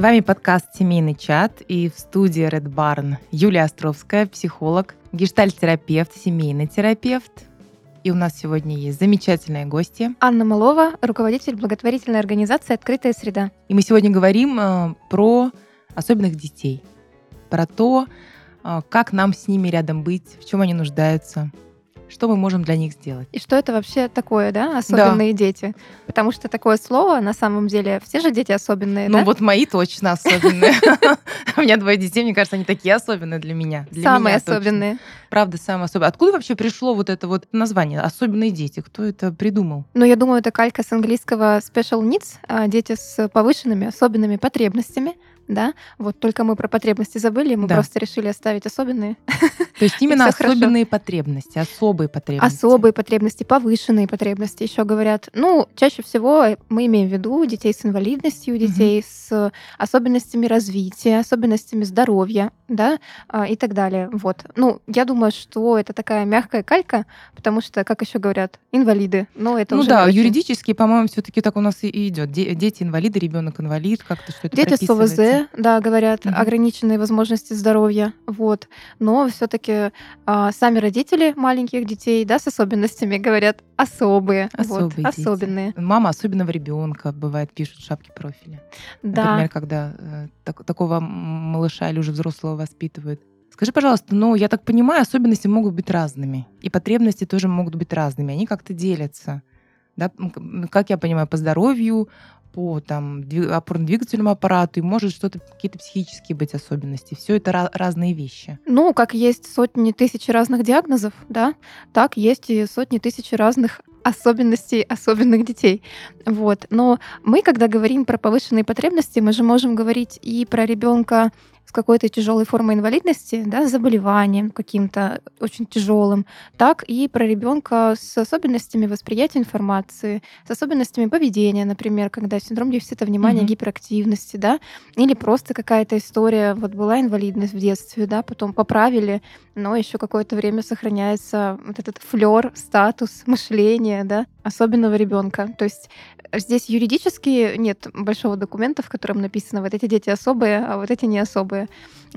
вами подкаст «Семейный чат» и в студии Red Barn Юлия Островская, психолог, гештальт-терапевт, семейный терапевт. И у нас сегодня есть замечательные гости. Анна Малова, руководитель благотворительной организации «Открытая среда». И мы сегодня говорим про особенных детей, про то, как нам с ними рядом быть, в чем они нуждаются, что мы можем для них сделать. И что это вообще такое, да, особенные дети? Потому что такое слово, на самом деле, все же дети особенные, да? Ну вот мои точно особенные. У меня 2 детей, мне кажется, они такие особенные для меня. Самые особенные. Правда, самые особенные. Откуда вообще пришло вот это вот название «особенные дети»? Кто это придумал? Ну, я думаю, это калька с английского special needs, дети с повышенными особенными потребностями. Да, вот только мы про потребности забыли, мы просто решили оставить особенные. То есть именно особенные потребности, особые потребности. Особые потребности, повышенные потребности еще говорят. Ну, чаще всего мы имеем в виду детей с инвалидностью, детей с особенностями развития, особенностями здоровья, да, и так далее. Вот. Ну, я думаю, что это такая мягкая калька, потому что, как еще говорят, инвалиды. Но это уже да, юридически, по-моему, все-таки так у нас и идет. Дети инвалиды, ребенок инвалид, как-то что это дети с ОВЗ, да, говорят, ограниченные возможности здоровья, вот. Но все-таки сами родители маленьких детей, да, с особенностями говорят особые, вот, особенные. Мама особенного ребенка, бывает, пишут в шапке профиля. Да. Например, когда такого малыша или уже взрослого воспитывают. Скажи, пожалуйста, я так понимаю, особенности могут быть разными, и потребности тоже могут быть разными, они как-то делятся, да? Как я понимаю, по здоровью, по опорно-двигательному аппарату, и может что-то, какие-то психические быть особенности. Все это разные вещи. Ну, как есть сотни тысяч разных диагнозов, да, так есть и сотни тысяч разных особенностей особенных детей. Вот. Но мы, когда говорим про повышенные потребности, мы же можем говорить и про ребенка с какой-то тяжелой формой инвалидности, да, с заболеванием каким-то очень тяжелым, так и про ребенка с особенностями восприятия информации, с особенностями поведения, например, когда синдром дефицита внимания, гиперактивности, да, или просто какая-то история, вот была инвалидность в детстве, да, потом поправили, но еще какое-то время сохраняется вот этот флёр, статус, мышление, да, особенного ребенка. То есть здесь юридически нет большого документа, в котором написано, вот эти дети особые, а вот эти не особые.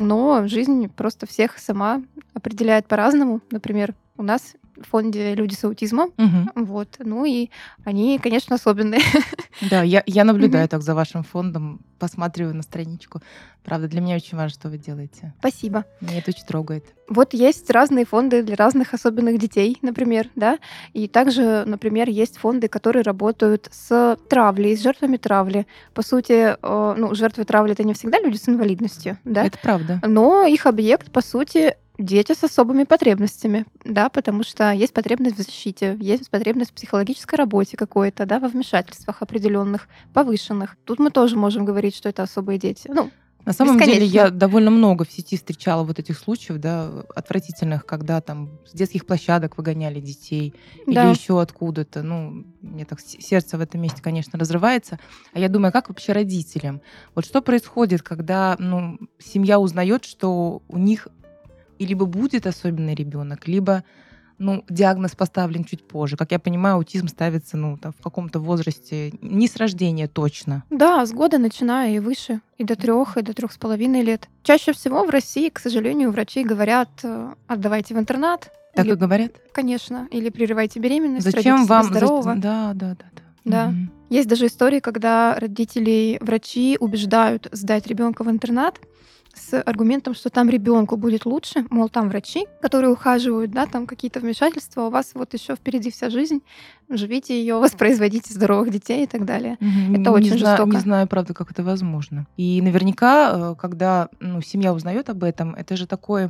Но жизнь просто всех сама определяет по-разному. Например, у нас в фонде люди с аутизмом, вот, ну и они, конечно, особенные. Да, я наблюдаю так за вашим фондом, посматриваю на страничку. Правда, для меня очень важно, что вы делаете. Спасибо. Меня это очень трогает. Вот есть разные фонды для разных особенных детей, например, да, и также, например, есть фонды, которые работают с травлей, с жертвами травли. По сути, жертвы травли — это не всегда люди с инвалидностью, да? Это правда. Но их объект, по сути, дети с особыми потребностями, да, потому что есть потребность в защите, есть потребность в психологической работе какой-то, да, во вмешательствах определенных, повышенных. Тут мы тоже можем говорить, что это особые дети. На самом деле я довольно много в сети встречала вот этих случаев, да, отвратительных, когда там с детских площадок выгоняли детей или еще откуда-то. Мне так сердце в этом месте, конечно, разрывается. А я думаю, как вообще родителям? Вот что происходит, когда семья узнает, что у них и либо будет особенный ребенок, либо диагноз поставлен чуть позже. Как я понимаю, аутизм ставится в каком-то возрасте, не с рождения точно. Да, с года начиная и выше, и до 3, и до 3,5 лет. Чаще всего в России, к сожалению, врачи говорят: отдавайте в интернат. Так и говорят? Конечно. Или прерывайте беременность. Зачем вам? Здорового. Да. Есть даже истории, когда родителей врачи убеждают сдать ребенка в интернат с аргументом, что там ребенку будет лучше, мол, там врачи, которые ухаживают, да, там какие-то вмешательства, у вас вот еще впереди вся жизнь, живите ее, воспроизводите здоровых детей и так далее. Это очень жестоко. Не знаю, правда, как это возможно. И наверняка, когда семья узнает об этом, это же такое,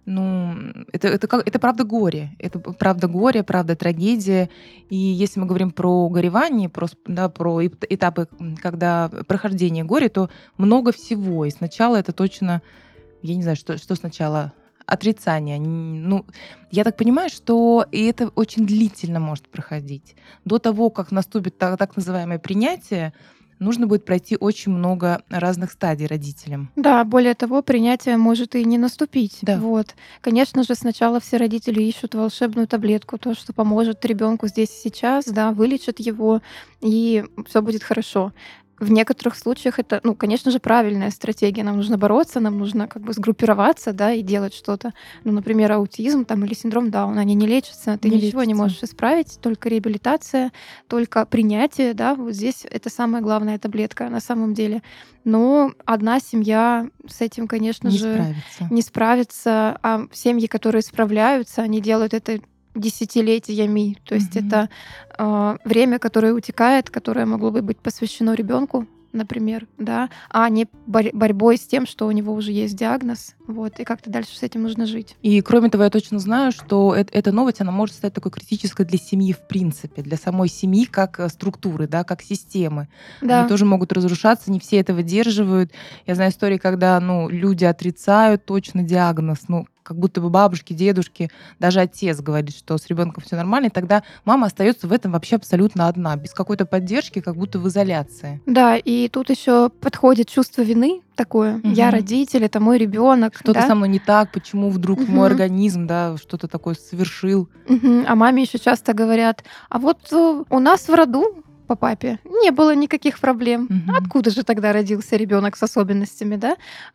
это правда горе. Это правда горе, правда трагедия. И если мы говорим про горевание, про этапы, когда прохождение горя, то много всего. И сначала это точно, я не знаю, что сначала, отрицание. Я так понимаю, что и это очень длительно может проходить. До того, как наступит так называемое принятие, нужно будет пройти очень много разных стадий родителям. Да, более того, принятие может и не наступить. Да. Вот. Конечно же, сначала все родители ищут волшебную таблетку, то, что поможет ребенку здесь и сейчас, да, вылечит его, и все будет хорошо. в некоторых случаях это, ну, конечно же, правильная стратегия. Нам нужно бороться, нам нужно как бы сгруппироваться, да, и делать что-то. Ну, например, аутизм там или синдром Дауна, они не лечатся, ты Не ничего не лечится. можешь исправить, только реабилитация, только принятие, да, вот здесь это самая главная таблетка на самом деле. Но одна семья с этим, конечно Не же, справится. не справится, а семьи, которые справляются, они делают это десятилетиями. То есть Мгм. это время, которое утекает, которое могло бы быть посвящено ребенку, например, да, а не борьбой с тем, что у него уже есть диагноз, вот, и как-то дальше с этим нужно жить. И кроме того, я точно знаю, что эта новость, она может стать такой критической для семьи в принципе, для самой семьи как структуры, да, как системы. Они Да. тоже могут разрушаться, не все это выдерживают. Я знаю истории, когда, ну, люди отрицают точно диагноз, ну, как будто бы бабушки, дедушки, даже отец говорит, что с ребенком все нормально, и тогда мама остается в этом вообще абсолютно одна, без какой-то поддержки, как будто в изоляции. Да, и тут еще подходит чувство вины такое. Я Мгм. родитель, это мой ребенок, Что-то со да. мной не так, почему вдруг мой Мгм. организм, да, что-то такое совершил. Мгм. А маме еще часто говорят: а вот у нас в роду по папе не было никаких проблем. Мгм. Откуда же тогда родился ребенок с особенностями, да?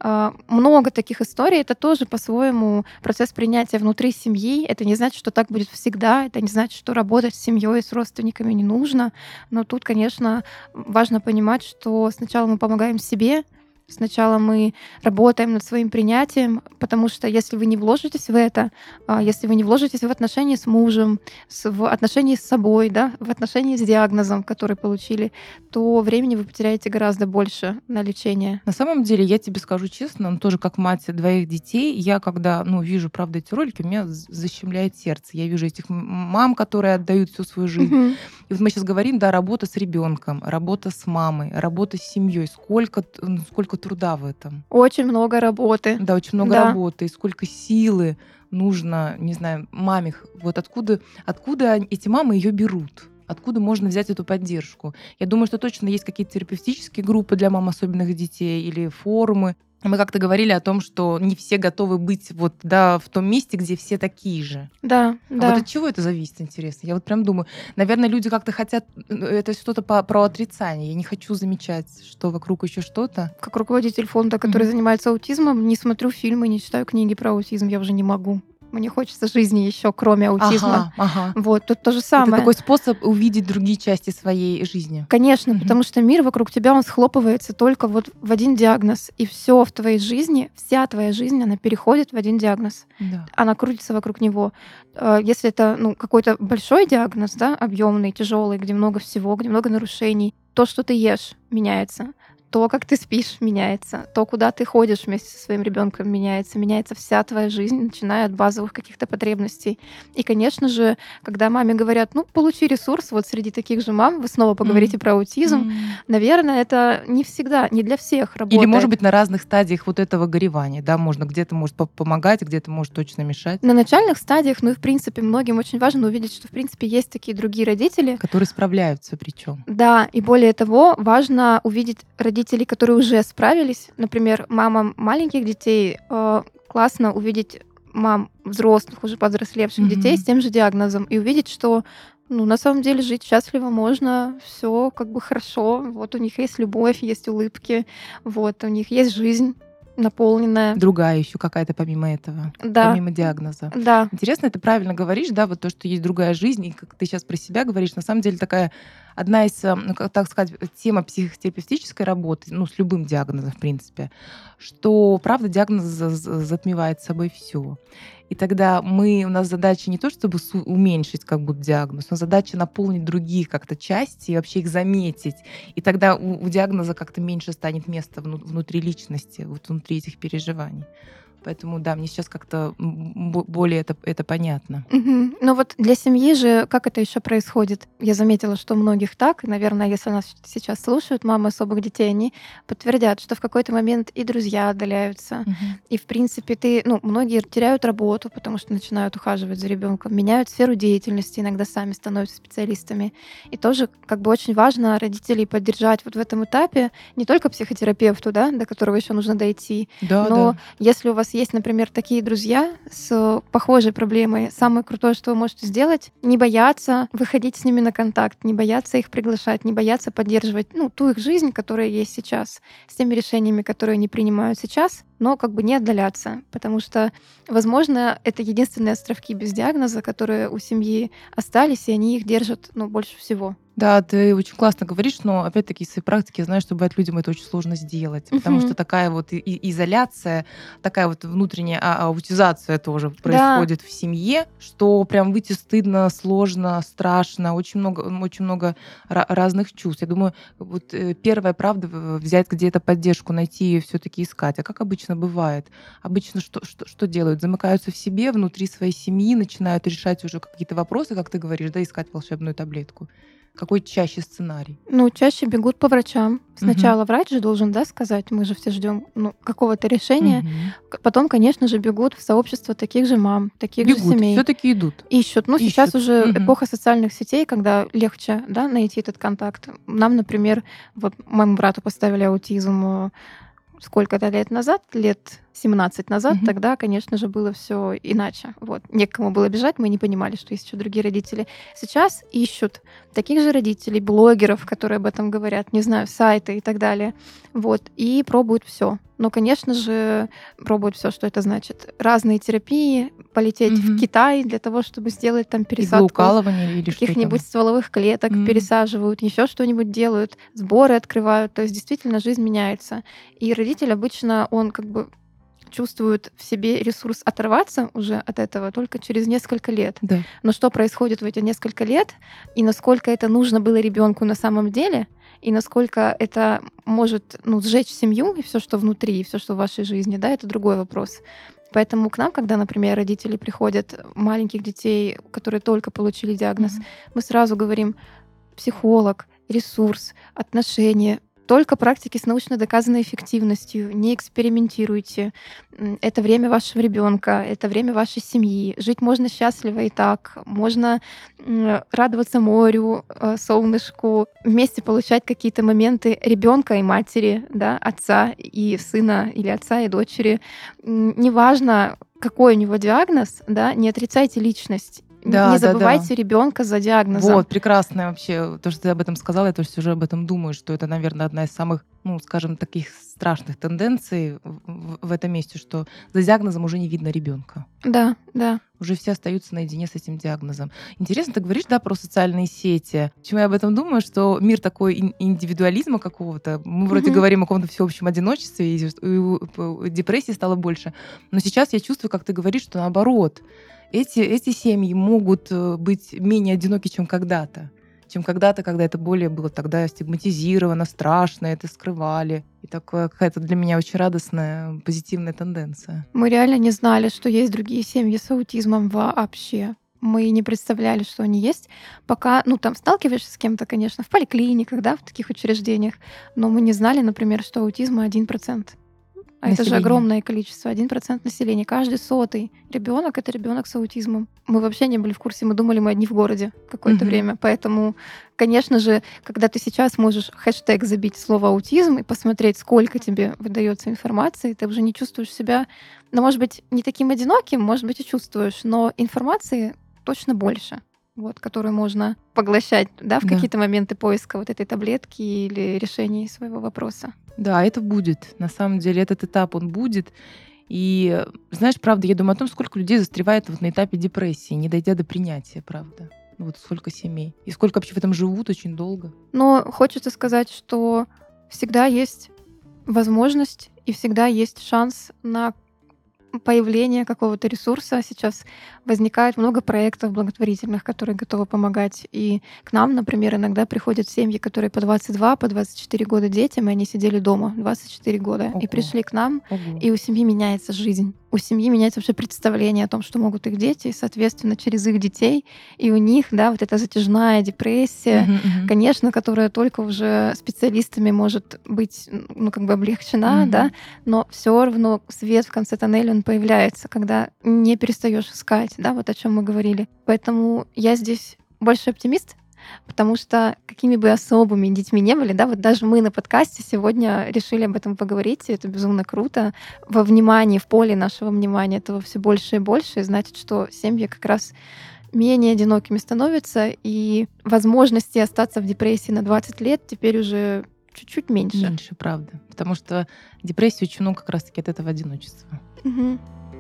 Много таких историй. Это тоже по-своему процесс принятия внутри семьи. Это не значит, что так будет всегда. Это не значит, что работать с семьей, с родственниками не нужно. Но тут, конечно, важно понимать, что сначала мы помогаем себе, сначала мы работаем над своим принятием, потому что если вы не вложитесь в это, если вы не вложитесь в отношения с мужем, в отношения с собой, да, в отношения с диагнозом, который получили, то времени вы потеряете гораздо больше на лечение. На самом деле, я тебе скажу честно, ну, тоже как мать двоих детей, я когда, ну, вижу, правда, эти ролики, меня защемляет сердце. Я вижу этих мам, которые отдают всю свою жизнь. Мгм. И вот мы сейчас говорим, да, работа с ребенком, работа с мамой, работа с семьей. Сколько труда в этом. Очень много работы. Да, очень много Да. работы, и сколько силы нужно, не знаю, маме. Вот откуда эти мамы ее берут? Откуда можно взять эту поддержку? Я думаю, что точно есть какие-то терапевтические группы для мам особенных детей или форумы. Мы как-то говорили о том, что не все готовы быть вот, да, в том месте, где все такие же. Да, А вот да. от чего это зависит, интересно? Я вот прям думаю, наверное, люди как-то хотят, это что-то про отрицание. Я не хочу замечать, что вокруг еще что-то. Как руководитель фонда, который Мгм. занимается аутизмом, не смотрю фильмы, не читаю книги про аутизм, я уже не могу. Мне хочется жизни еще, кроме аутизма. Ага. Вот, тут то же Это самое. такой способ увидеть другие части своей жизни. Конечно, Мгм. потому что мир вокруг тебя, он схлопывается только вот в один диагноз. И все в твоей жизни, вся твоя жизнь, она переходит в один диагноз. Да. Она крутится вокруг него. Если это какой-то большой диагноз, да, объемный, тяжелый, где много всего, где много нарушений, то, что ты ешь, меняется. То, как ты спишь, меняется. То, куда ты ходишь вместе со своим ребенком, меняется. Меняется вся твоя жизнь, начиная от базовых каких-то потребностей. И, конечно же, когда маме говорят, получи ресурс, вот среди таких же мам, вы снова поговорите про аутизм, наверное, это не всегда, не для всех работает. Или, может быть, на разных стадиях вот этого горевания, да, можно где-то может помогать, где-то может точно мешать, На начальных стадиях, и в принципе, многим очень важно увидеть, что в принципе есть такие другие родители. которые справляются причем. Да, и более того, важно увидеть родителей, которые уже справились. Например, мамам маленьких детей классно увидеть мам взрослых, уже повзрослевших детей с тем же диагнозом и увидеть, что на самом деле жить счастливо можно, все как бы хорошо. Вот у них есть любовь, есть улыбки, вот у них есть жизнь наполненная. Другая еще какая-то помимо этого, Да. помимо диагноза. Да. Интересно, ты правильно говоришь, да, вот то, что есть другая жизнь, и как ты сейчас про себя говоришь, на самом деле такая одна из, так сказать, тема психотерапевтической работы, с любым диагнозом, в принципе, что, правда, диагноз затмевает собой все. И тогда у нас задача не то, чтобы уменьшить как будто диагноз, но задача наполнить другие как-то части и вообще их заметить. И тогда у диагноза как-то меньше станет места внутри личности, вот внутри этих переживаний. Поэтому, да, мне сейчас как-то более это понятно. Мгм. Но вот для семьи же как это еще происходит? Я заметила, что у многих так, и, наверное, если нас сейчас слушают мамы особых детей, они подтвердят, что в какой-то момент и друзья отдаляются, и, в принципе, многие теряют работу, потому что начинают ухаживать за ребенком, меняют сферу деятельности, иногда сами становятся специалистами. И тоже как бы очень важно родителей поддержать вот в этом этапе, не только психотерапевту, да, до которого еще нужно дойти, Да, но да. если у вас вас есть, например, такие друзья с похожей проблемой, самое крутое, что вы можете сделать, не бояться выходить с ними на контакт, не бояться их приглашать, не бояться поддерживать, ту их жизнь, которая есть сейчас, с теми решениями, которые они принимают сейчас, но как бы не отдаляться, потому что, возможно, это единственные островки без диагноза, которые у семьи остались, и они их держат, больше всего. Да, ты очень классно говоришь, но опять-таки из своей практики я знаю, что бывает людям это очень сложно сделать, потому что Мгм. такая вот изоляция, такая вот внутренняя аутизация тоже Да, происходит в семье, что прям выйти стыдно, сложно, страшно, очень много разных чувств. Я думаю, вот первая правда взять где-то поддержку, найти ее все-таки искать. А как обычно бывает? Обычно что делают? Замыкаются в себе, внутри своей семьи, начинают решать уже какие-то вопросы, как ты говоришь, да, искать волшебную таблетку. Какой чаще сценарий? чаще бегут по врачам. Мгм. Сначала врач же должен, да, сказать, мы же все ждем, какого-то решения. Мгм. Потом, конечно же, бегут в сообщество таких же мам, таких же Бегут, все семей. таки идут. Ищут. Сейчас Ищут. уже Мгм. эпоха социальных сетей, когда легче, да, найти этот контакт. Нам, например, вот моему брату поставили аутизм сколько-то лет назад, лет 17 назад, Мгм. тогда, конечно же, было все иначе. Вот. Некому было бежать, мы не понимали, что есть еще другие родители. Сейчас ищут таких же родителей, блогеров, которые об этом говорят, не знаю, сайты и так далее. Вот. И пробуют все. Но, конечно же, пробуют все, что это значит. Разные терапии, полететь в Мгм. Китай для того, чтобы сделать там пересадку Иглоукалывание или что каких-нибудь там? стволовых клеток, М. пересаживают, еще что-нибудь делают, сборы открывают. То есть действительно жизнь меняется. И родитель обычно, он как бы чувствует в себе ресурс оторваться уже от этого только через несколько лет. Да. Но что происходит в эти несколько лет, и насколько это нужно было ребенку на самом деле, и насколько это может сжечь семью и все, что внутри, и все, что в вашей жизни, да, это другой вопрос. Поэтому к нам, когда, например, родители приходят маленьких детей, которые только получили диагноз, Мгм. мы сразу говорим: психолог, ресурс, отношения, только практики с научно доказанной эффективностью, не экспериментируйте. Это время вашего ребенка, это время вашей семьи. Жить можно счастливо и так. Можно радоваться морю, солнышку, вместе получать какие-то моменты ребенка и матери, да, отца и сына или отца и дочери. Неважно, какой у него диагноз, да, не отрицайте личность. Не Да-да-да. забывайте ребенка за диагнозом. Вот, прекрасно вообще. То, что ты об этом сказала, я тоже сижу об этом думаю, что это, наверное, одна из самых, скажем, таких страшных тенденций в этом месте, что за диагнозом уже не видно ребенка. Да, да. Уже все остаются наедине с этим диагнозом. Интересно, ты говоришь, да, про социальные сети. Почему я об этом думаю, что мир такой индивидуализма какого-то. Мы вроде Мгм. говорим о каком-то всеобщем одиночестве, и депрессии стало больше. Но сейчас я чувствую, как ты говоришь, что наоборот, эти семьи могут быть менее одиноки, чем когда-то. Чем когда-то, когда это более было тогда стигматизировано, страшно, это скрывали. И такая какая-то для меня очень радостная, позитивная тенденция. Мы реально не знали, что есть другие семьи с аутизмом вообще. Мы не представляли, что они есть, пока, там сталкиваешься с кем-то, конечно, в поликлиниках, да, в таких учреждениях, но мы не знали, например, что аутизма 1%. А это же Население. огромное количество, 1% населения. Каждый сотый ребенок это ребенок с аутизмом. Мы вообще не были в курсе, мы думали, мы одни в городе какое-то Мгм. время. Поэтому, конечно же, когда ты сейчас можешь хэштег забить слово аутизм и посмотреть, сколько тебе выдается информации, ты уже не чувствуешь себя, может быть, не таким одиноким, может быть, и чувствуешь, но информации точно больше, вот, которую можно поглощать, да, в Да. какие-то моменты поиска вот этой таблетки или решения своего вопроса. Да, это будет. На самом деле этот этап, он будет. И знаешь, правда, я думаю о том, сколько людей застревает вот на этапе депрессии, не дойдя до принятия, правда. Вот сколько семей. И сколько вообще в этом живут очень долго. Но хочется сказать, что всегда есть возможность и всегда есть шанс на появление какого-то ресурса. Сейчас возникает много проектов благотворительных, которые готовы помогать. И к нам, например, иногда приходят семьи, которые по 22, по 24 года детям, и они сидели дома 24 года, и Ого, пришли к нам, ого. и у семьи меняется жизнь. У семьи меняется вообще представление о том, что могут их дети, и, соответственно, через их детей. И у них, да, вот эта затяжная депрессия, Мгм, мгм, конечно, которая только уже специалистами может быть, как бы облегчена, да, мгм. но все равно свет в конце тоннеля, он появляется, когда не перестаешь искать, да, вот о чем мы говорили. Поэтому я здесь больше оптимист, потому что какими бы особыми детьми не были, да, вот даже мы на подкасте сегодня решили об этом поговорить, и это безумно круто. Во внимании, в поле нашего внимания этого все больше и больше, и значит, что семьи как раз менее одинокими становятся, и возможности остаться в депрессии на 20 лет теперь уже чуть-чуть меньше. Меньше, правда. Потому что депрессия очень много как раз-таки от этого одиночества. Мгм.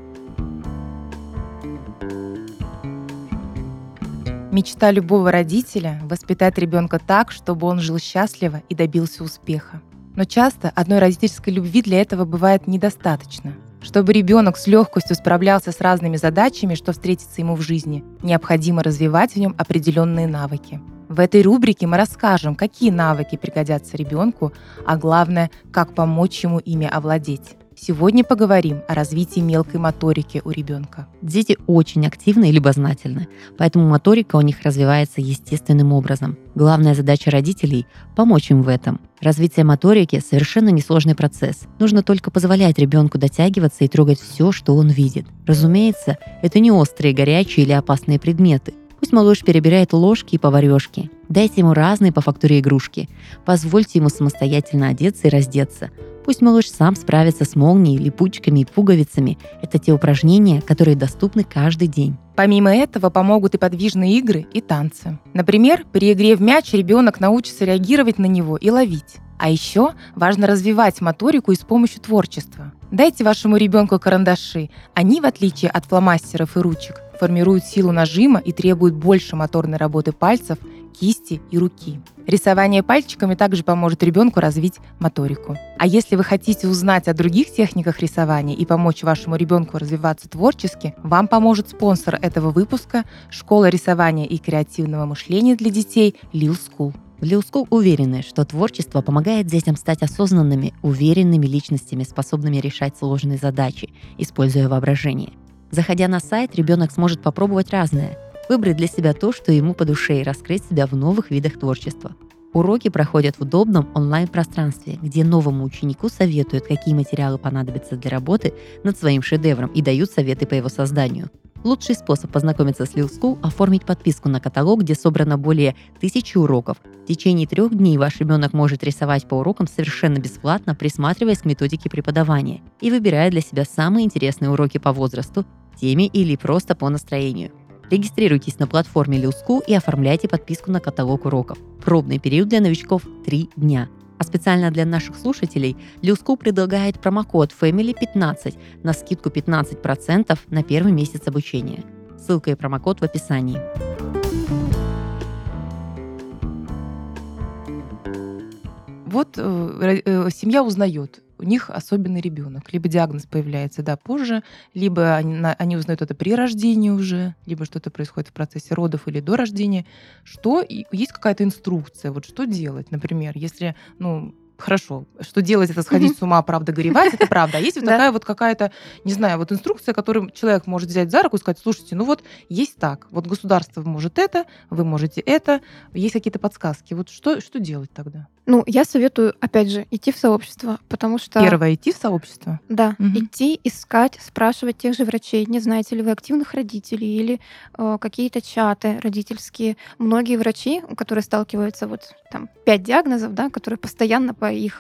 Мечта любого родителя — воспитать ребенка так, чтобы он жил счастливо и добился успеха. Но часто одной родительской любви для этого бывает недостаточно. Чтобы ребенок с легкостью справлялся с разными задачами, что встретится ему в жизни, необходимо развивать в нем определенные навыки. В этой рубрике мы расскажем, какие навыки пригодятся ребенку, а главное, как помочь ему ими овладеть. Сегодня поговорим о развитии мелкой моторики у ребенка. Дети очень активны и любознательны, поэтому моторика у них развивается естественным образом. Главная задача родителей – помочь им в этом. Развитие моторики – совершенно несложный процесс. Нужно только позволять ребенку дотягиваться и трогать все, что он видит. Разумеется, это не острые, горячие или опасные предметы. Пусть малыш перебирает ложки и поварешки. Дайте ему разные по фактуре игрушки. Позвольте ему самостоятельно одеться и раздеться. Пусть малыш сам справится с молнией, липучками и пуговицами. Это те упражнения, которые доступны каждый день. Помимо этого помогут и подвижные игры, и танцы. Например, при игре в мяч ребенок научится реагировать на него и ловить. А еще важно развивать моторику и с помощью творчества. Дайте вашему ребенку карандаши. Они, в отличие от фломастеров и ручек, формируют силу нажима и требуют больше моторной работы пальцев, кисти и руки. Рисование пальчиками также поможет ребенку развить моторику. А если вы хотите узнать о других техниках рисования и помочь вашему ребенку развиваться творчески, вам поможет спонсор этого выпуска — школа рисования и креативного мышления для детей Lil School. В Lil School уверены, что творчество помогает детям стать осознанными, уверенными личностями, способными решать сложные задачи, используя воображение. Заходя на сайт, ребенок сможет попробовать разное, выбрать для себя то, что ему по душе, и раскрыть себя в новых видах творчества. Уроки проходят в удобном онлайн-пространстве, где новому ученику советуют, какие материалы понадобятся для работы над своим шедевром, и дают советы по его созданию. Лучший способ познакомиться с Lil School — оформить подписку на каталог, где собрано более 1000 уроков. В течение 3 дней ваш ребенок может рисовать по урокам совершенно бесплатно, присматриваясь к методике преподавания и выбирая для себя самые интересные уроки по возрасту, теме или просто по настроению. Регистрируйтесь на платформе Lil School и оформляйте подписку на каталог уроков. Пробный период для новичков — 3 дня. А специально для наших слушателей Lil School предлагает промокод FAMILY15 на скидку 15% на первый месяц обучения. Ссылка и промокод в описании. Вот семья узнает, у них особенный ребенок. Либо диагноз появляется позже, либо они узнают это при рождении уже, либо что-то происходит в процессе родов или до рождения. Есть какая-то инструкция, вот что делать, например, если, хорошо, что делать — это сходить с ума, правда, горевать, это правда. А есть вот такая вот какая-то, не знаю, вот инструкция, которую человек может взять за руку и сказать: слушайте, есть так, вот государство может это, вы можете это, есть какие-то подсказки. Вот что делать тогда? Я советую, опять же, идти в сообщество, потому что... Первое — идти в сообщество? Да, идти, искать, спрашивать тех же врачей, не знаете ли вы активных родителей или какие-то чаты родительские. Многие врачи, которые сталкиваются 5 диагнозов, которые постоянно по их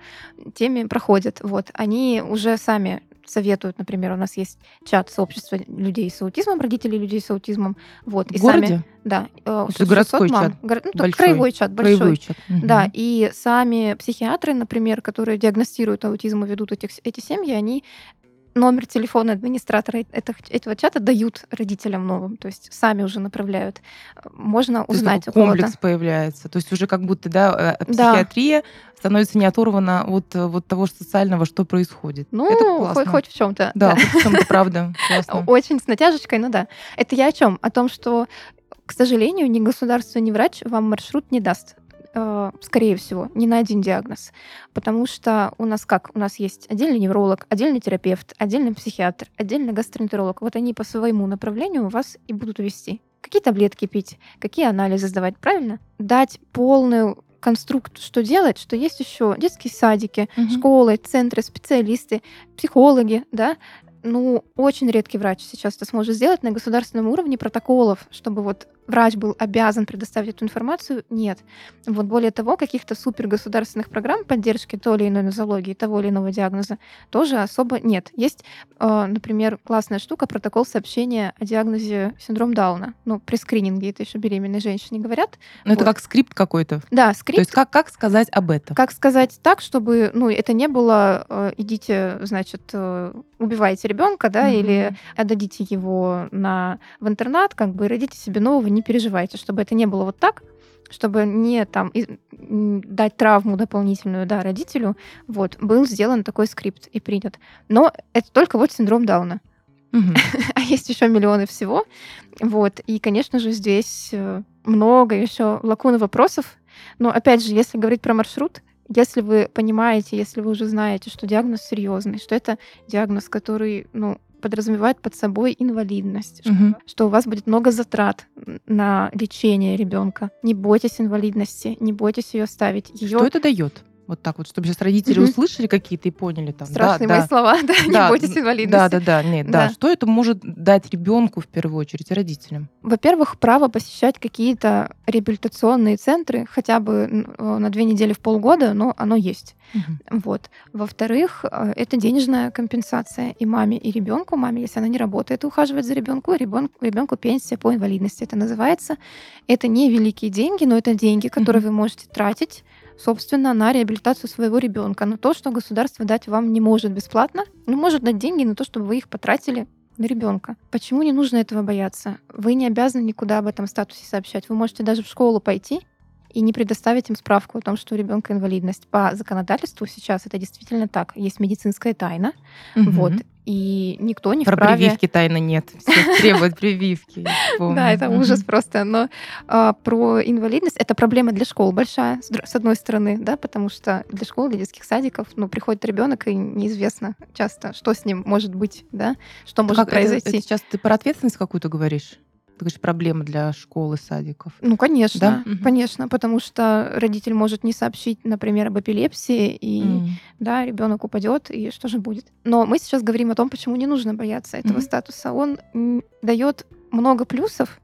теме проходят, они уже сами советуют. Например, у нас есть чат сообщества людей с аутизмом, родителей людей с аутизмом. В городе? Да. Это городской чат? Краевой чат большой. Краевой чат. Да, и сами психиатры, например, которые диагностируют аутизм и ведут эти семьи, они номер телефона администратора этого чата дают родителям новым, то есть сами уже направляют. Можно узнать у кого-то. Комплекс появляется, то есть уже как будто психиатрия становится не оторвана от того социального, что происходит. Это классно. Хоть в чем-то. Да, хоть в чем-то, правда. Классно. Очень с натяжечкой, да. Это я о чем? О том, что, к сожалению, ни государство, ни врач вам маршрут не даст. Скорее всего, не на один диагноз. Потому что у нас есть отдельный невролог, отдельный терапевт, отдельный психиатр, отдельный гастроэнтеролог. Вот они по своему направлению вас и будут вести. Какие таблетки пить, какие анализы сдавать, правильно? Дать полную конструкт, что делать, что есть еще детские садики, школы, центры, специалисты, психологи, да. Очень редкий врач сейчас это сможет сделать на государственном уровне протоколов, чтобы врач был обязан предоставить эту информацию, нет. Вот более того, каких-то супергосударственных программ поддержки той или иной нозологии, того или иного диагноза тоже особо нет. Есть, например, классная штука, протокол сообщения о диагнозе синдром Дауна. Ну, при скрининге это еще беременной женщине говорят. Ну, это как скрипт какой-то. Да, То скрипт. есть как сказать об этом? Как сказать так, чтобы, это не было, идите, значит, убивайте ребенка, да, или отдадите его в интернат, как бы, и родите себе нового, не переживайте, чтобы это не было вот так, чтобы не там дать травму дополнительную, да, родителю, вот, был сделан такой скрипт и принят. Но это только вот синдром Дауна. А есть еще миллионы всего. Вот. И, конечно же, здесь много еще лакун и вопросов. Но, опять же, если говорить про маршрут, если вы понимаете, если вы уже знаете, что диагноз серьезный, что это диагноз, который, подразумевает под собой инвалидность, что у вас будет много затрат на лечение ребенка. Не бойтесь инвалидности, не бойтесь ее ставить. Что это дает? Вот так вот, чтобы сейчас родители услышали какие-то и поняли там. Страшные мои слова, да, не бойтесь инвалидности. Да. Что это может дать ребенку в первую очередь и родителям? Во-первых, право посещать какие-то реабилитационные центры хотя бы на 2 недели в полгода, но оно есть. Вот. Во-вторых, это денежная компенсация и маме, и ребенку. Маме, если она не работает, ухаживать за ребенком, ребенку пенсия по инвалидности. Это называется. Это не великие деньги, но это деньги, которые вы можете тратить, собственно, на реабилитацию своего ребенка, на то, что государство дать вам не может бесплатно, но может дать деньги на то, чтобы вы их потратили на ребенка. Почему не нужно этого бояться? Вы не обязаны никуда об этом статусе сообщать. Вы можете даже в школу пойти и не предоставить им справку о том, что у ребенка инвалидность. По законодательству сейчас это действительно так. Есть медицинская тайна, вот, и никто не вправе... Про прививки тайны нет. Все требуют прививки. Да, это ужас просто. Но про инвалидность это проблема для школ большая, с одной стороны, да, потому что для школ, для детских садиков, приходит ребенок и неизвестно часто, что с ним может быть, да, что может произойти. Это сейчас ты про ответственность какую-то говоришь? Ты говоришь, проблема для школ и садиков. Конечно, да? Конечно, потому что родитель может не сообщить, например, об эпилепсии, и да, ребенок упадет, и что же будет? Но мы сейчас говорим о том, почему не нужно бояться этого статуса. Он дает много плюсов,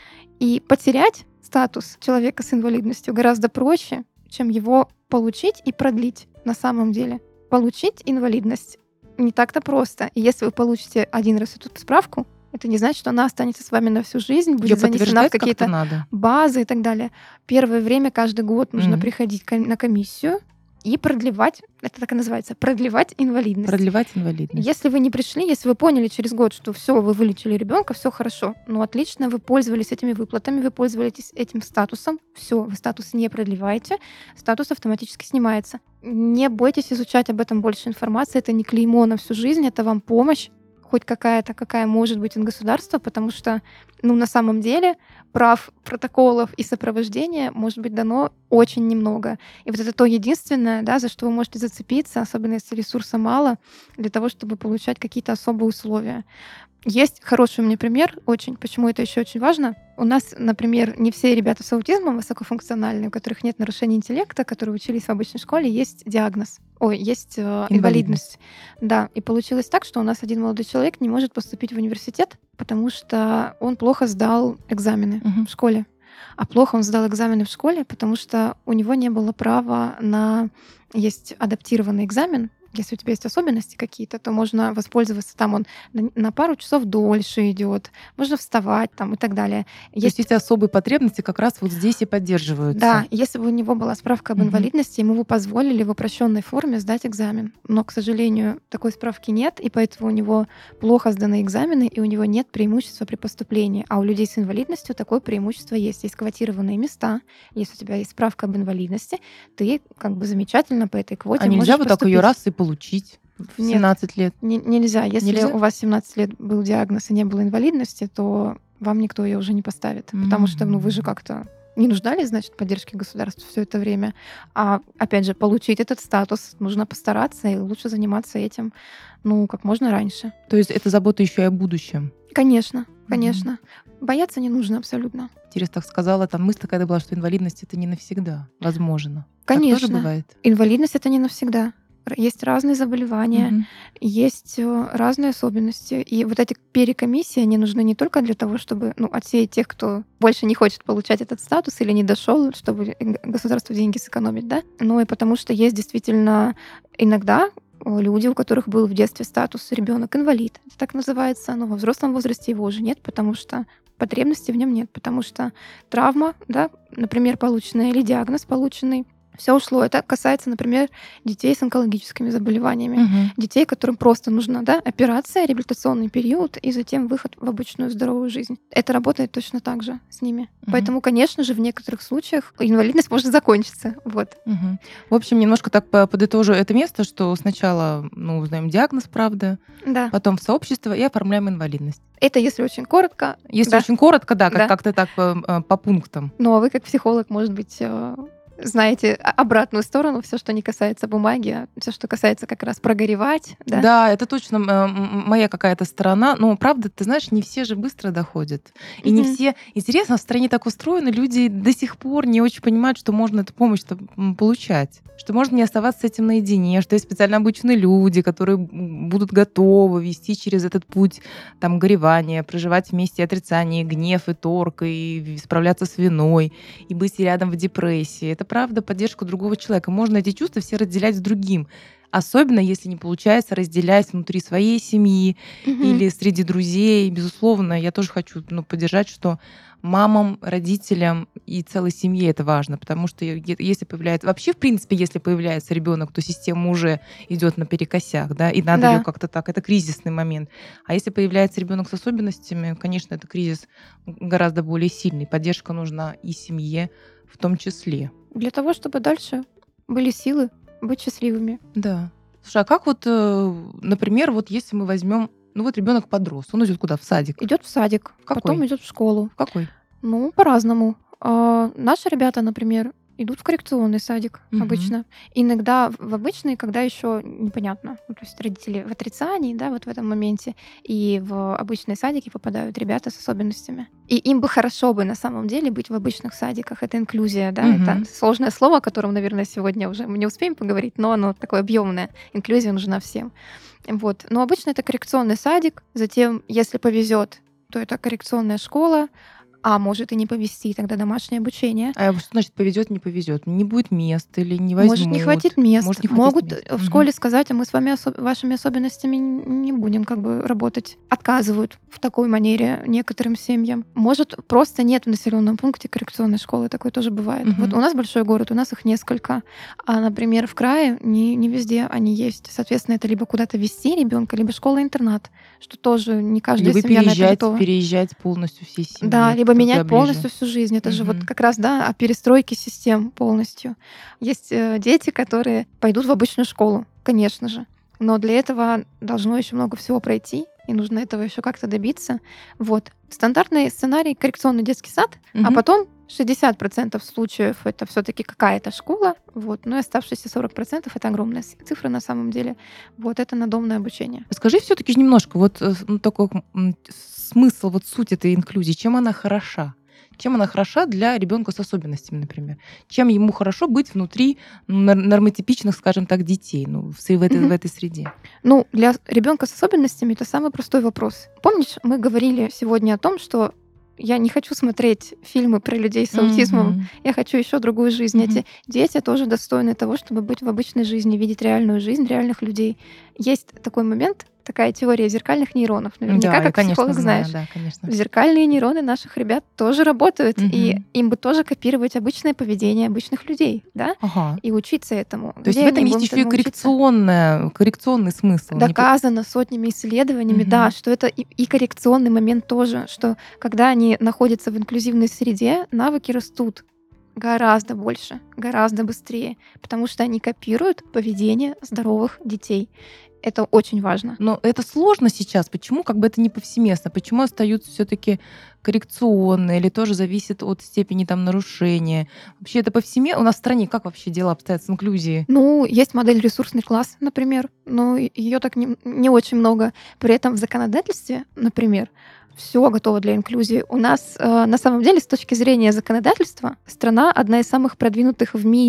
и потерять статус человека с инвалидностью гораздо проще, чем его получить и продлить на самом деле. Получить инвалидность не так-то просто. И если вы получите один раз эту справку, это не значит, что она останется с вами на всю жизнь, будет занесена в какие-то базы и так далее. Первое время, каждый год нужно приходить на комиссию и продлевать, это так и называется, продлевать инвалидность. Продлевать инвалидность. Если вы не пришли, если вы поняли через год, что все, вы вылечили ребенка, все хорошо, отлично, вы пользовались этими выплатами, вы пользовались этим статусом, все, вы статус не продлеваете, статус автоматически снимается. Не бойтесь изучать об этом больше информации, это не клеймо на всю жизнь, это вам помощь, хоть какая-то, какая может быть от государства, потому что, на самом деле, прав, протоколов и сопровождения может быть дано очень немного. И вот это то единственное, да, за что вы можете зацепиться, особенно если ресурса мало, для того, чтобы получать какие-то особые условия. Есть хороший у меня пример, почему это еще очень важно. У нас, например, не все ребята с аутизмом высокофункциональные, у которых нет нарушения интеллекта, которые учились в обычной школе, есть диагноз. Есть инвалидность. Да, и получилось так, что у нас один молодой человек не может поступить в университет, потому что он плохо сдал экзамены в школе. А плохо он сдал экзамены в школе, потому что у него не было права есть адаптированный экзамен. Если у тебя есть особенности какие-то, то можно воспользоваться, там он на пару часов дольше идет, можно вставать там и так далее. То есть эти особые потребности как раз вот здесь и поддерживаются. Да, если бы у него была справка об инвалидности, ему бы позволили в упрощенной форме сдать экзамен. Но, к сожалению, такой справки нет, и поэтому у него плохо сданы экзамены, и у него нет преимущества при поступлении. А у людей с инвалидностью такое преимущество есть. Есть квотированные места. Если у тебя есть справка об инвалидности, ты как бы замечательно по этой квоте можешь нельзя вот поступить. так ее раз и получить в 17 лет? Нельзя. Если у вас 17 лет был диагноз и не было инвалидности, то вам никто ее уже не поставит. Потому что вы же как-то не нуждались, значит, поддержки государства все это время. А, опять же, получить этот статус нужно постараться, и лучше заниматься этим, как можно раньше. То есть это забота еще и о будущем? Конечно. Бояться не нужно абсолютно. Интересно, так сказала, там мысль такая была, что инвалидность — это не навсегда, возможно. Конечно. Так тоже бывает? Инвалидность — это не навсегда. есть разные заболевания, Мгм. есть разные особенности. И вот эти перекомиссии, они нужны не только для того, чтобы отсеять тех, кто больше не хочет получать этот статус или не дошел, чтобы государству деньги сэкономить, да, но и потому что есть действительно иногда люди, у которых был в детстве статус ребенок-инвалид, это так называется, но во взрослом возрасте его уже нет, потому что потребности в нем нет, потому что травма, да, например, полученная или диагноз полученный, все ушло. Это касается, например, детей с онкологическими заболеваниями, Мгм. детей, которым просто нужна, да, операция, реабилитационный период и затем выход в обычную здоровую жизнь. Это работает точно так же с ними. Мгм. Поэтому, конечно же, в некоторых случаях инвалидность может закончиться. Вот. Мгм. В общем, немножко так подытожу это место, что сначала узнаем диагноз, правда, Да. потом в сообщество и оформляем инвалидность. Это если очень коротко. Если Да. очень коротко, да, Да. как-то так по пунктам. Ну, а вы как психолог, может быть, знаете обратную сторону, все, что не касается бумаги, все, что касается как раз прогоревать, да? Да, это точно моя какая-то сторона. Но правда, ты знаешь, не все же быстро доходят. И не Мгм. все... Интересно, в стране так устроено, люди до сих пор не очень понимают, что можно эту помощь получать. Что можно не оставаться с этим наедине, что есть специально обученные люди, которые будут готовы вести через этот путь там горевания, проживать вместе и отрицание, и гнев, и торг, и справляться с виной, и быть рядом в депрессии. Это правда поддержка другого человека. Можно эти чувства все разделять с другим. Особенно, если не получается разделять внутри своей семьи Мгм. или среди друзей. Безусловно, я тоже хочу поддержать, что мамам, родителям и целой семье это важно, потому что если появляется... Вообще, в принципе, если появляется ребенок, то система уже идет наперекосяк, да, и надо Да. ее как-то так. Это кризисный момент. А если появляется ребенок с особенностями, конечно, это кризис гораздо более сильный. Поддержка нужна и семье в том числе. Для того, чтобы дальше были силы быть счастливыми. Да. Слушай, а как например, если мы возьмем, ребенок подрос, он идет куда? В садик. Идет в садик, Какой? потом идет в школу. В какой? Ну, по-разному. Наши ребята, например, идут в коррекционный садик Мгм. обычно. Иногда в обычный, когда еще непонятно. То есть родители в отрицании, да, вот в этом моменте. И в обычные садики попадают ребята с особенностями. И им бы хорошо бы на самом деле быть в обычных садиках. Это инклюзия, да. Мгм. Это сложное слово, о котором, наверное, сегодня уже мы не успеем поговорить, но оно такое объемное. Инклюзия нужна всем. Вот. Но обычно это коррекционный садик. Затем, если повезет, то это коррекционная школа. А может и не повезти, тогда домашнее обучение. А что значит повезет, не повезет? Не будет мест или не возьмут? Может, не хватит мест. Может, не хватит Могут мест. в Мгм. школе сказать, а мы с вами вашими особенностями не будем работать. Отказывают в такой манере некоторым семьям. Может, просто нет в населенном пункте коррекционной школы. Такое тоже бывает. Мгм. Вот у нас большой город, у нас их несколько. А, например, в крае не везде они есть. Соответственно, это либо куда-то везти ребенка, либо школа-интернат, что тоже не каждая Либо семья на это готова. переезжать полностью всей семьей. Да, либо туда менять ближе. полностью всю жизнь. Это же вот Мгм. как раз, да, о перестройке систем полностью. Есть дети, которые пойдут в обычную школу, конечно же. Но для этого должно еще много всего пройти, и нужно этого еще как-то добиться. Вот. Стандартный сценарий — коррекционный детский сад, а Мгм. потом 60% случаев это все-таки какая-то школа, вот, но и оставшиеся 40% это огромная цифра на самом деле. Вот это надомное обучение. Скажи все-таки немножко, такой смысл, суть этой инклюзии, чем она хороша? Чем она хороша для ребенка с особенностями, например? Чем ему хорошо быть внутри нормотипичных, скажем так, детей, в этой среде? Ну, для ребенка с особенностями это самый простой вопрос. Помнишь, мы говорили сегодня о том, что я не хочу смотреть фильмы про людей с аутизмом, Мгм. я хочу еще другую жизнь. Мгм. Эти дети тоже достойны того, чтобы быть в обычной жизни, видеть реальную жизнь реальных людей. Есть такой момент, такая теория зеркальных нейронов. Наверняка, Да, я, как конечно, психолог, знаю, знаешь. да, конечно. Зеркальные нейроны наших ребят тоже работают, и Мгм. им бы тоже копировать обычное поведение обычных людей, да, Ага. и учиться этому. То есть в Где этом они есть будут еще и этому учиться? коррекционный смысл. Не по- Доказано сотнями исследованиями, Мгм. да, что это и коррекционный момент тоже, что когда они находятся в инклюзивной среде, навыки растут гораздо больше, гораздо быстрее, потому что они копируют поведение здоровых детей. Это очень важно. Но это сложно сейчас. Почему это не повсеместно? Почему остаются все-таки коррекционные или тоже зависит от степени нарушения? Вообще это повсеместно? У нас в стране как вообще дела обстоят с инклюзией? Ну, есть модель ресурсный класс, например, но ее так не очень много. При этом в законодательстве, например, все готово для инклюзии. У нас на самом деле с точки зрения законодательства страна одна из самых продвинутых в мире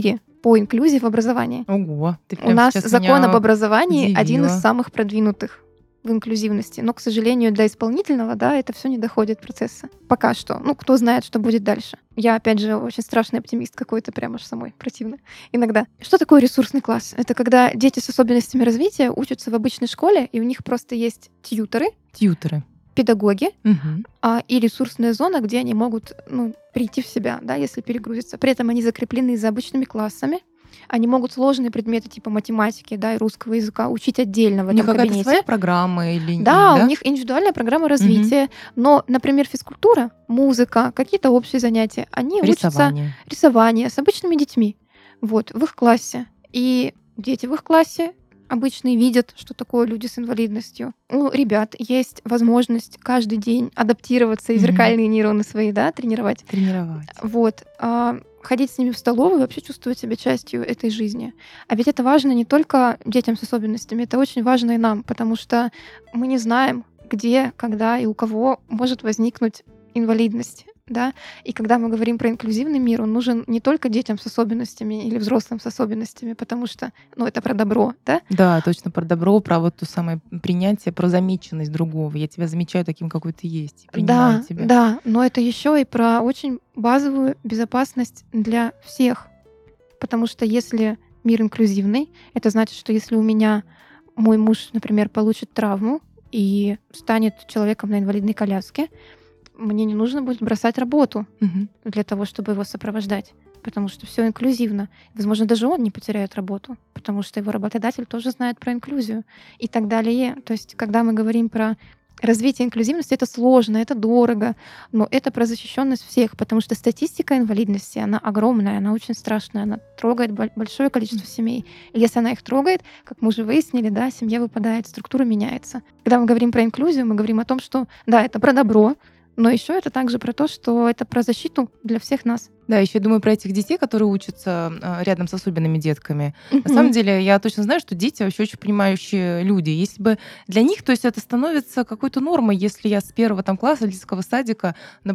по инклюзии в образовании. Ого, ты У прям нас сейчас закон об меня образовании один из удивила. самых продвинутых в инклюзивности. Но, к сожалению, для исполнительного, да, это все не доходит процесса. Пока что. Ну, кто знает, что будет дальше. Я, опять же, очень страшный оптимист какой-то, прям аж самой противно иногда. Что такое ресурсный класс? Это когда дети с особенностями развития учатся в обычной школе, и у них просто есть тьюторы, Тьютеры. педагоги, Мгм. и ресурсная зона, где они могут прийти в себя, да, если перегрузиться. При этом они закреплены за обычными классами. Они могут сложные предметы типа математики, да, и русского языка учить отдельно в У них этом какая-то кабинете. своя программа Да, у да? них индивидуальная программа Мгм. развития. Но, например, физкультура, музыка, какие-то общие занятия, они учатся Рисование. рисование с обычными детьми. Вот, в их классе. И дети в их классе обычно видят, что такое люди с инвалидностью. У ребят есть возможность каждый день адаптироваться и Мгм. зеркальные нейроны свои, да, тренировать. Тренировать. Вот. Ходить с ними в столовую, вообще чувствовать себя частью этой жизни. А ведь это важно не только детям с особенностями, это очень важно и нам, потому что мы не знаем, где, когда и у кого может возникнуть инвалидность. Да? И когда мы говорим про инклюзивный мир, он нужен не только детям с особенностями или взрослым с особенностями, потому что это про добро, да? Да, точно про добро, про вот то самое принятие, про замеченность другого. Я тебя замечаю таким, какой ты есть, и принимаю Да, тебя. да, но это еще и про очень базовую безопасность для всех. Потому что если мир инклюзивный, это значит, что если у меня мой муж, например, получит травму и станет человеком на инвалидной коляске, мне не нужно будет бросать работу Мгм. для того, чтобы его сопровождать, потому что все инклюзивно. Возможно, даже он не потеряет работу, потому что его работодатель тоже знает про инклюзию и так далее. То есть, когда мы говорим про развитие инклюзивности, это сложно, это дорого, но это про защищенность всех, потому что статистика инвалидности, она огромная, она очень страшная, она трогает большое количество семей. И если она их трогает, как мы уже выяснили, да, семья выпадает, структура меняется. Когда мы говорим про инклюзию, мы говорим о том, что да, это про добро, но еще это также про то, что это про защиту для всех нас. Да, еще думаю про этих детей, которые учатся рядом с особенными детками. На самом деле, я точно знаю, что дети вообще очень понимающие люди. Если бы для них, то есть это становится какой-то нормой, если я с первого там класса детского садика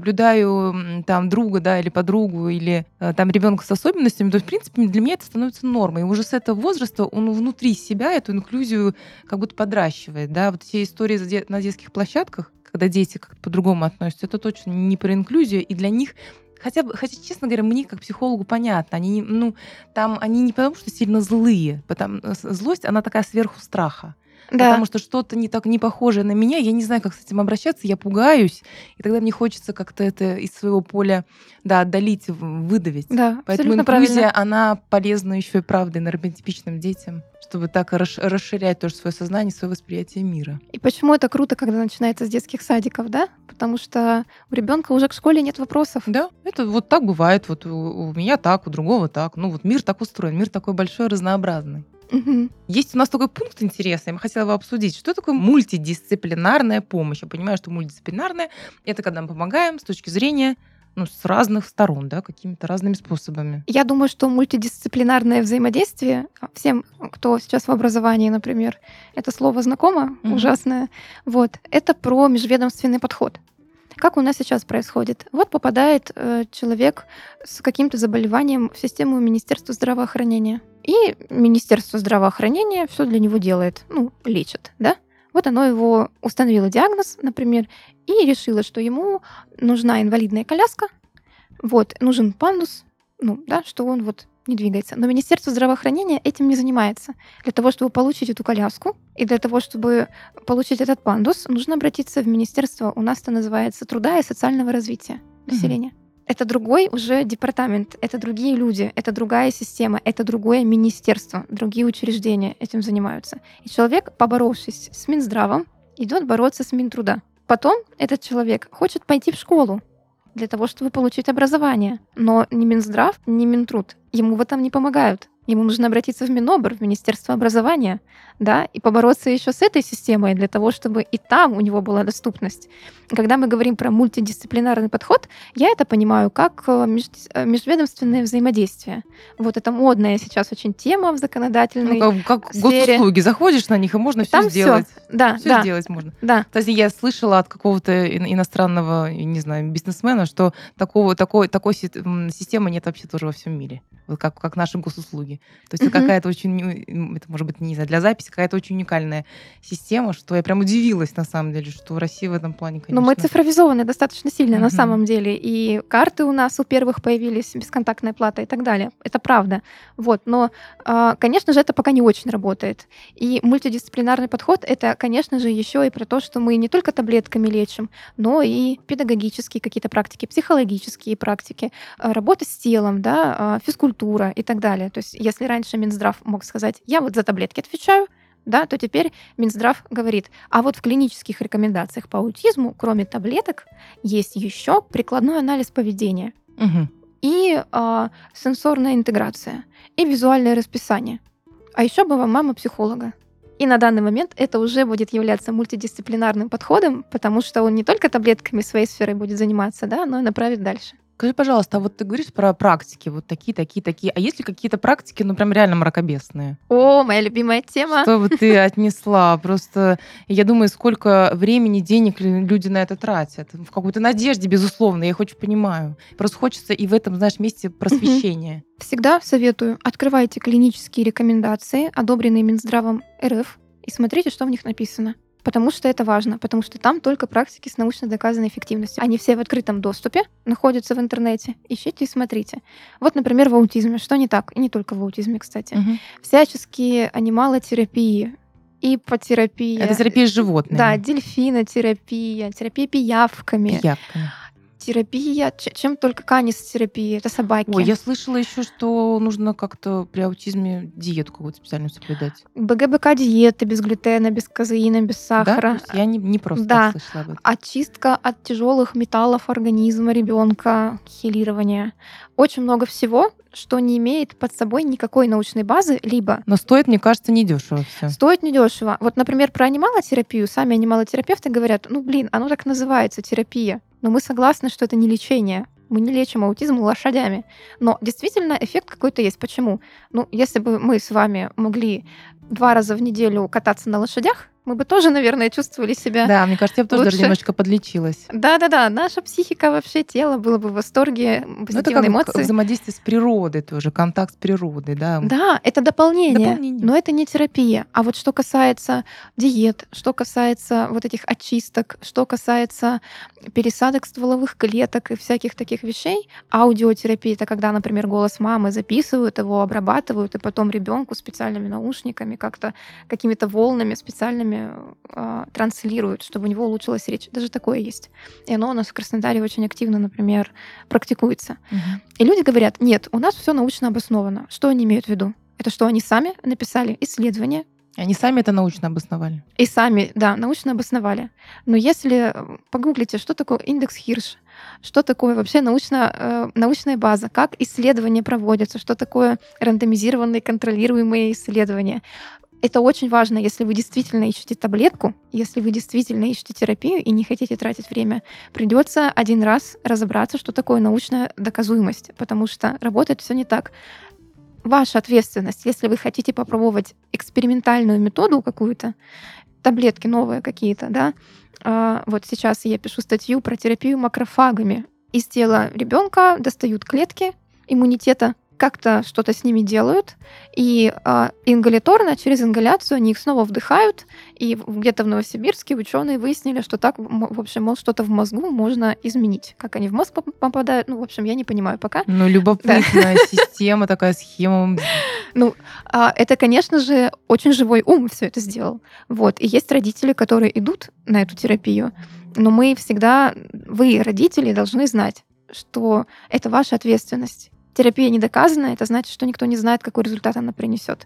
наблюдаю там друга, да, или подругу, или там ребенка с особенностями, то в принципе для меня это становится нормой. И уже с этого возраста он внутри себя эту инклюзию как будто подращивает, да. Вот все истории на детских площадках, когда дети как-то по-другому относятся, это точно не про инклюзию, и для них хотя, честно говоря, мне как психологу понятно. Они, там они не потому, что сильно злые, злость, она такая сверху страха. Да. Потому что что-то не похожее на меня, я не знаю, как с этим обращаться, я пугаюсь, и тогда мне хочется как-то это из своего поля, да, отдалить, выдавить. Да, Поэтому абсолютно инклюзия, правильно. она полезна еще и правда нейробиотипичным детям, чтобы так расширять тоже свое сознание, свое восприятие мира. И почему это круто, когда начинается с детских садиков, да? Потому что у ребенка уже к школе нет вопросов. Да, это вот так бывает. Вот у меня так, у другого так. Ну вот мир так устроен, мир такой большой, разнообразный. Мгм. Есть у нас такой пункт интересный, я бы хотела его обсудить. Что такое мультидисциплинарная помощь? Я понимаю, что мультидисциплинарная — это когда мы помогаем с точки зрения с разных сторон, да, какими-то разными способами. Я думаю, что мультидисциплинарное взаимодействие всем, кто сейчас в образовании, например, это слово знакомо, Мгм. ужасное. Вот, это про межведомственный подход. Как у нас сейчас происходит? Вот попадает человек с каким-то заболеванием в систему Министерства здравоохранения. И Министерство здравоохранения все для него делает, лечит, да? Вот оно его установило диагноз, например, и решило, что ему нужна инвалидная коляска, вот, нужен пандус, что он вот не двигается. Но Министерство здравоохранения этим не занимается. Для того, чтобы получить эту коляску и для того, чтобы получить этот пандус, нужно обратиться в Министерство, у нас это называется, труда и социального развития населения. Это другой уже департамент, это другие люди, это другая система, это другое министерство, другие учреждения этим занимаются. И человек, поборовшись с Минздравом, идет бороться с Минтруда. Потом этот человек хочет пойти в школу для того, чтобы получить образование. Но ни Минздрав, ни Минтруд ему в этом не помогают. Ему нужно обратиться в Минобр, в Министерство образования, да, и побороться еще с этой системой для того, чтобы и там у него была доступность. Когда мы говорим про мультидисциплинарный подход, я это понимаю как межведомственное взаимодействие. Вот это модная сейчас очень тема в законодательной Как сфере. госуслуги, заходишь на них, и можно все Там сделать. Да, Все да, сделать можно. да. Кстати, я слышала от какого-то иностранного, не знаю, бизнесмена, что такой системы нет вообще тоже во всем мире. Вот как наши госуслуги. ноги. То есть это какая-то очень, это может быть, не знаю, для записи какая-то очень уникальная система, что я прям удивилась на самом деле, что Россия в этом плане, Но мы конечно. цифровизованы достаточно сильно на Мгм. самом деле. И карты у нас у первых появились, бесконтактная плата и так далее. Это правда. Вот. Но, конечно же, это пока не очень работает. И мультидисциплинарный подход — это, конечно же, еще и про то, что мы не только таблетками лечим, но и педагогические какие-то практики, психологические практики, работа с телом, да, физкультура и так далее. То есть если раньше Минздрав мог сказать: я вот за таблетки отвечаю, да, то теперь Минздрав говорит: а вот в клинических рекомендациях по аутизму, кроме таблеток, есть еще прикладной анализ поведения Мгм. и сенсорная интеграция, и визуальное расписание. А еще бы вам мама психолога. И на данный момент это уже будет являться мультидисциплинарным подходом, потому что он не только таблетками своей сферой будет заниматься, да, но и направит дальше. Скажи, пожалуйста, а вот ты говоришь про практики, вот такие, такие, такие. А есть ли какие-то практики, ну, прям реально мракобесные? О, моя любимая тема. Что бы ты отнесла? Просто я думаю, сколько времени, денег люди на это тратят. В какой-то надежде, безусловно, я их очень понимаю. Просто хочется и в этом, знаешь, месте просвещения. Всегда советую: открывайте клинические рекомендации, одобренные Минздравом РФ, и смотрите, что в них написано. Потому что это важно, потому что там только практики с научно доказанной эффективностью. Они все в открытом доступе, находятся в интернете. Ищите и смотрите. Вот, например, в аутизме. Что не так? И не только в аутизме, кстати. Мгм. Всяческие анималотерапии, ипотерапия. Это терапия с животными. Да, дельфинотерапия, терапия пиявками, Пиявками. терапия, чем только канистерапия, это собаки. Ой, я слышала еще, что нужно как-то при аутизме диету какую-то специальную соблюдать. БГБК-диета без глютена, без казеина, без Да? То сахара. есть я не просто Да. так слышала об этом. Очистка от тяжелых металлов организма ребенка, хелирование. Очень много всего, что не имеет под собой никакой научной базы, либо Но стоит, мне кажется, недешево все. стоит недешево. Вот, например, про анималотерапию сами анималотерапевты говорят: ну, блин, оно так называется, терапия. Но мы согласны, что это не лечение. Мы не лечим аутизм лошадями. Но действительно эффект какой-то есть. Почему? Ну, если бы мы с вами могли 2 раза в неделю кататься на лошадях, мы бы тоже, наверное, чувствовали себя Да, мне кажется, я бы тоже даже лучше. немножечко подлечилась. Да-да-да, наша психика, вообще тело было бы в восторге, Ну, это позитивные как эмоции. взаимодействие с природой тоже, контакт с природой, да. Да, это дополнение, Дополнение. но это не терапия. А вот что касается диет, что касается вот этих очисток, что касается пересадок стволовых клеток и всяких таких вещей, аудиотерапия — это когда, например, голос мамы записывают, его обрабатывают, и потом ребенку специальными наушниками как-то какими-то волнами специальными транслируют, чтобы у него улучшилась речь. Даже такое есть. И оно у нас в Краснодаре очень активно, например, практикуется. Мгм. И люди говорят: нет, у нас все научно обосновано. Что они имеют в виду? Это что они сами написали исследования Они сами это научно обосновали. и сами, да, научно обосновали. Но если погуглите, что такое индекс Хирш, что такое вообще научная база, как исследования проводятся, что такое рандомизированные контролируемые исследования. Это очень важно, если вы действительно ищете таблетку, если вы действительно ищете терапию и не хотите тратить время. Придется один раз разобраться, что такое научная доказуемость, потому что работает все не так. Ваша ответственность, если вы хотите попробовать экспериментальную методу какую-то, таблетки новые какие-то, да. Вот сейчас я пишу статью про терапию макрофагами. Из тела ребенка достают клетки иммунитета, как-то что-то с ними делают, и ингаляторно, через ингаляцию они их снова вдыхают, и где-то в Новосибирске ученые выяснили, что так, в общем, мол, что-то в мозгу можно изменить. Как они в мозг попадают, ну, в общем, я не понимаю пока. Ну, любопытная система, такая схема. Ну, это, конечно же, очень живой ум все это сделал. Вот. И есть родители, которые идут на эту терапию, но мы всегда, вы, родители, должны знать, что это ваша ответственность. Терапия не доказана, это значит, что никто не знает, какой результат она принесет.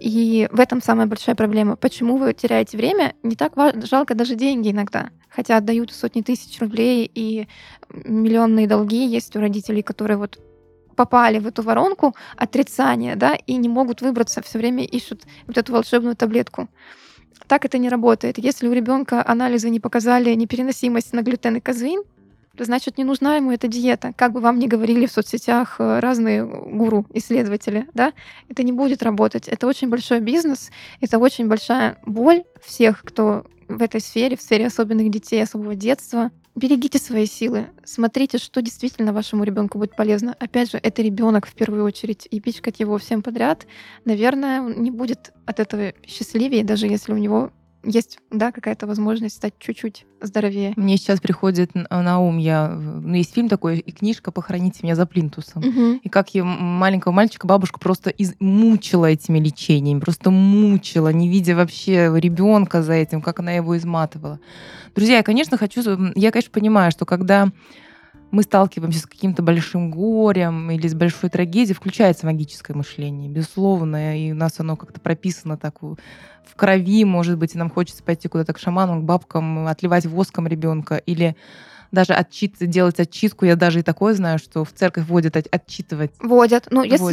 И в этом самая большая проблема. Почему вы теряете время? Не так жалко даже деньги иногда. Хотя отдают сотни тысяч рублей, и миллионные долги есть у родителей, которые вот попали в эту воронку отрицания, да, и не могут выбраться, все время ищут вот эту волшебную таблетку. Так это не работает. Если у ребенка анализы не показали непереносимость на глютен и казеин, значит, не нужна ему эта диета. Как бы вам ни говорили в соцсетях разные гуру, исследователи, да, это не будет работать. Это очень большой бизнес, это очень большая боль всех, кто в этой сфере, в сфере особенных детей, особого детства. берегите свои силы, смотрите, что действительно вашему ребенку будет полезно. Опять же, это ребенок в первую очередь, и пичкать его всем подряд, наверное, он не будет от этого счастливее, даже если у него есть, да, какая-то возможность стать чуть-чуть здоровее. Мне сейчас приходит на ум, есть фильм такой и книжка «Похороните меня за плинтусом». И как маленького мальчика бабушка просто мучила этими лечениями, просто мучила, не видя вообще ребенка за этим, как она его изматывала. Друзья, я, конечно, понимаю, что когда мы сталкиваемся с каким-то большим горем или с большой трагедией, включается магическое мышление, безусловно, и у нас оно как-то прописано так в крови, может быть, и нам хочется пойти куда-то к шаманам, к бабкам, отливать воском ребенка или даже делать отчитку. Я даже и такое знаю, что в церковь водят отчитывать. Водят.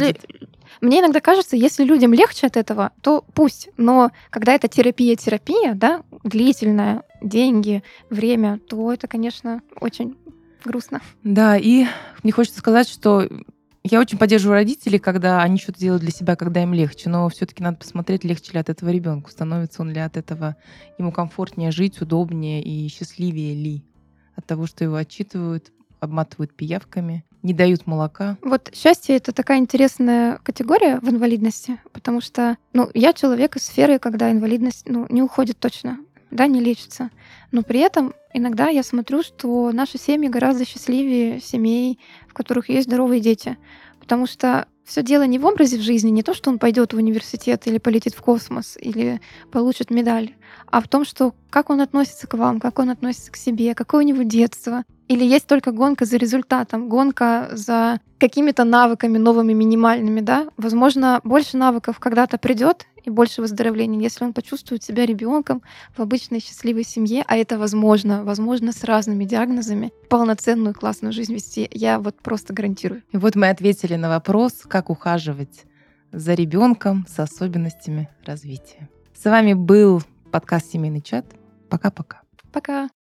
Мне иногда кажется, если людям легче от этого, то пусть. Но когда это терапия, да, длительная, деньги, время, то это, конечно, очень грустно. Да, и мне хочется сказать, что я очень поддерживаю родителей, когда они что-то делают для себя, когда им легче, но все-таки надо посмотреть, легче ли от этого ребенку, становится он ли от этого, ему комфортнее жить, удобнее и счастливее ли от того, что его отчитывают, обматывают пиявками, не дают молока. Вот счастье — это такая интересная категория в инвалидности, потому что я человек из сферы, когда инвалидность не уходит точно, да, не лечится. Но при этом иногда я смотрю, что наши семьи гораздо счастливее семей, в которых есть здоровые дети. Потому что все дело не в образе в жизни, не то, что он пойдет в университет или полетит в космос, или получит медаль, а в том, что как он относится к вам, как он относится к себе, какое у него детство. Или есть только гонка за результатом, гонка за какими-то навыками новыми, минимальными, да? Возможно, больше навыков когда-то придет и больше выздоровления, если он почувствует себя ребенком в обычной счастливой семье, а это возможно с разными диагнозами, полноценную классную жизнь вести. Я вот просто гарантирую. И вот мы ответили на вопрос, как ухаживать за ребенком с особенностями развития. С вами был подкаст «Семейный чат». Пока-пока. Пока.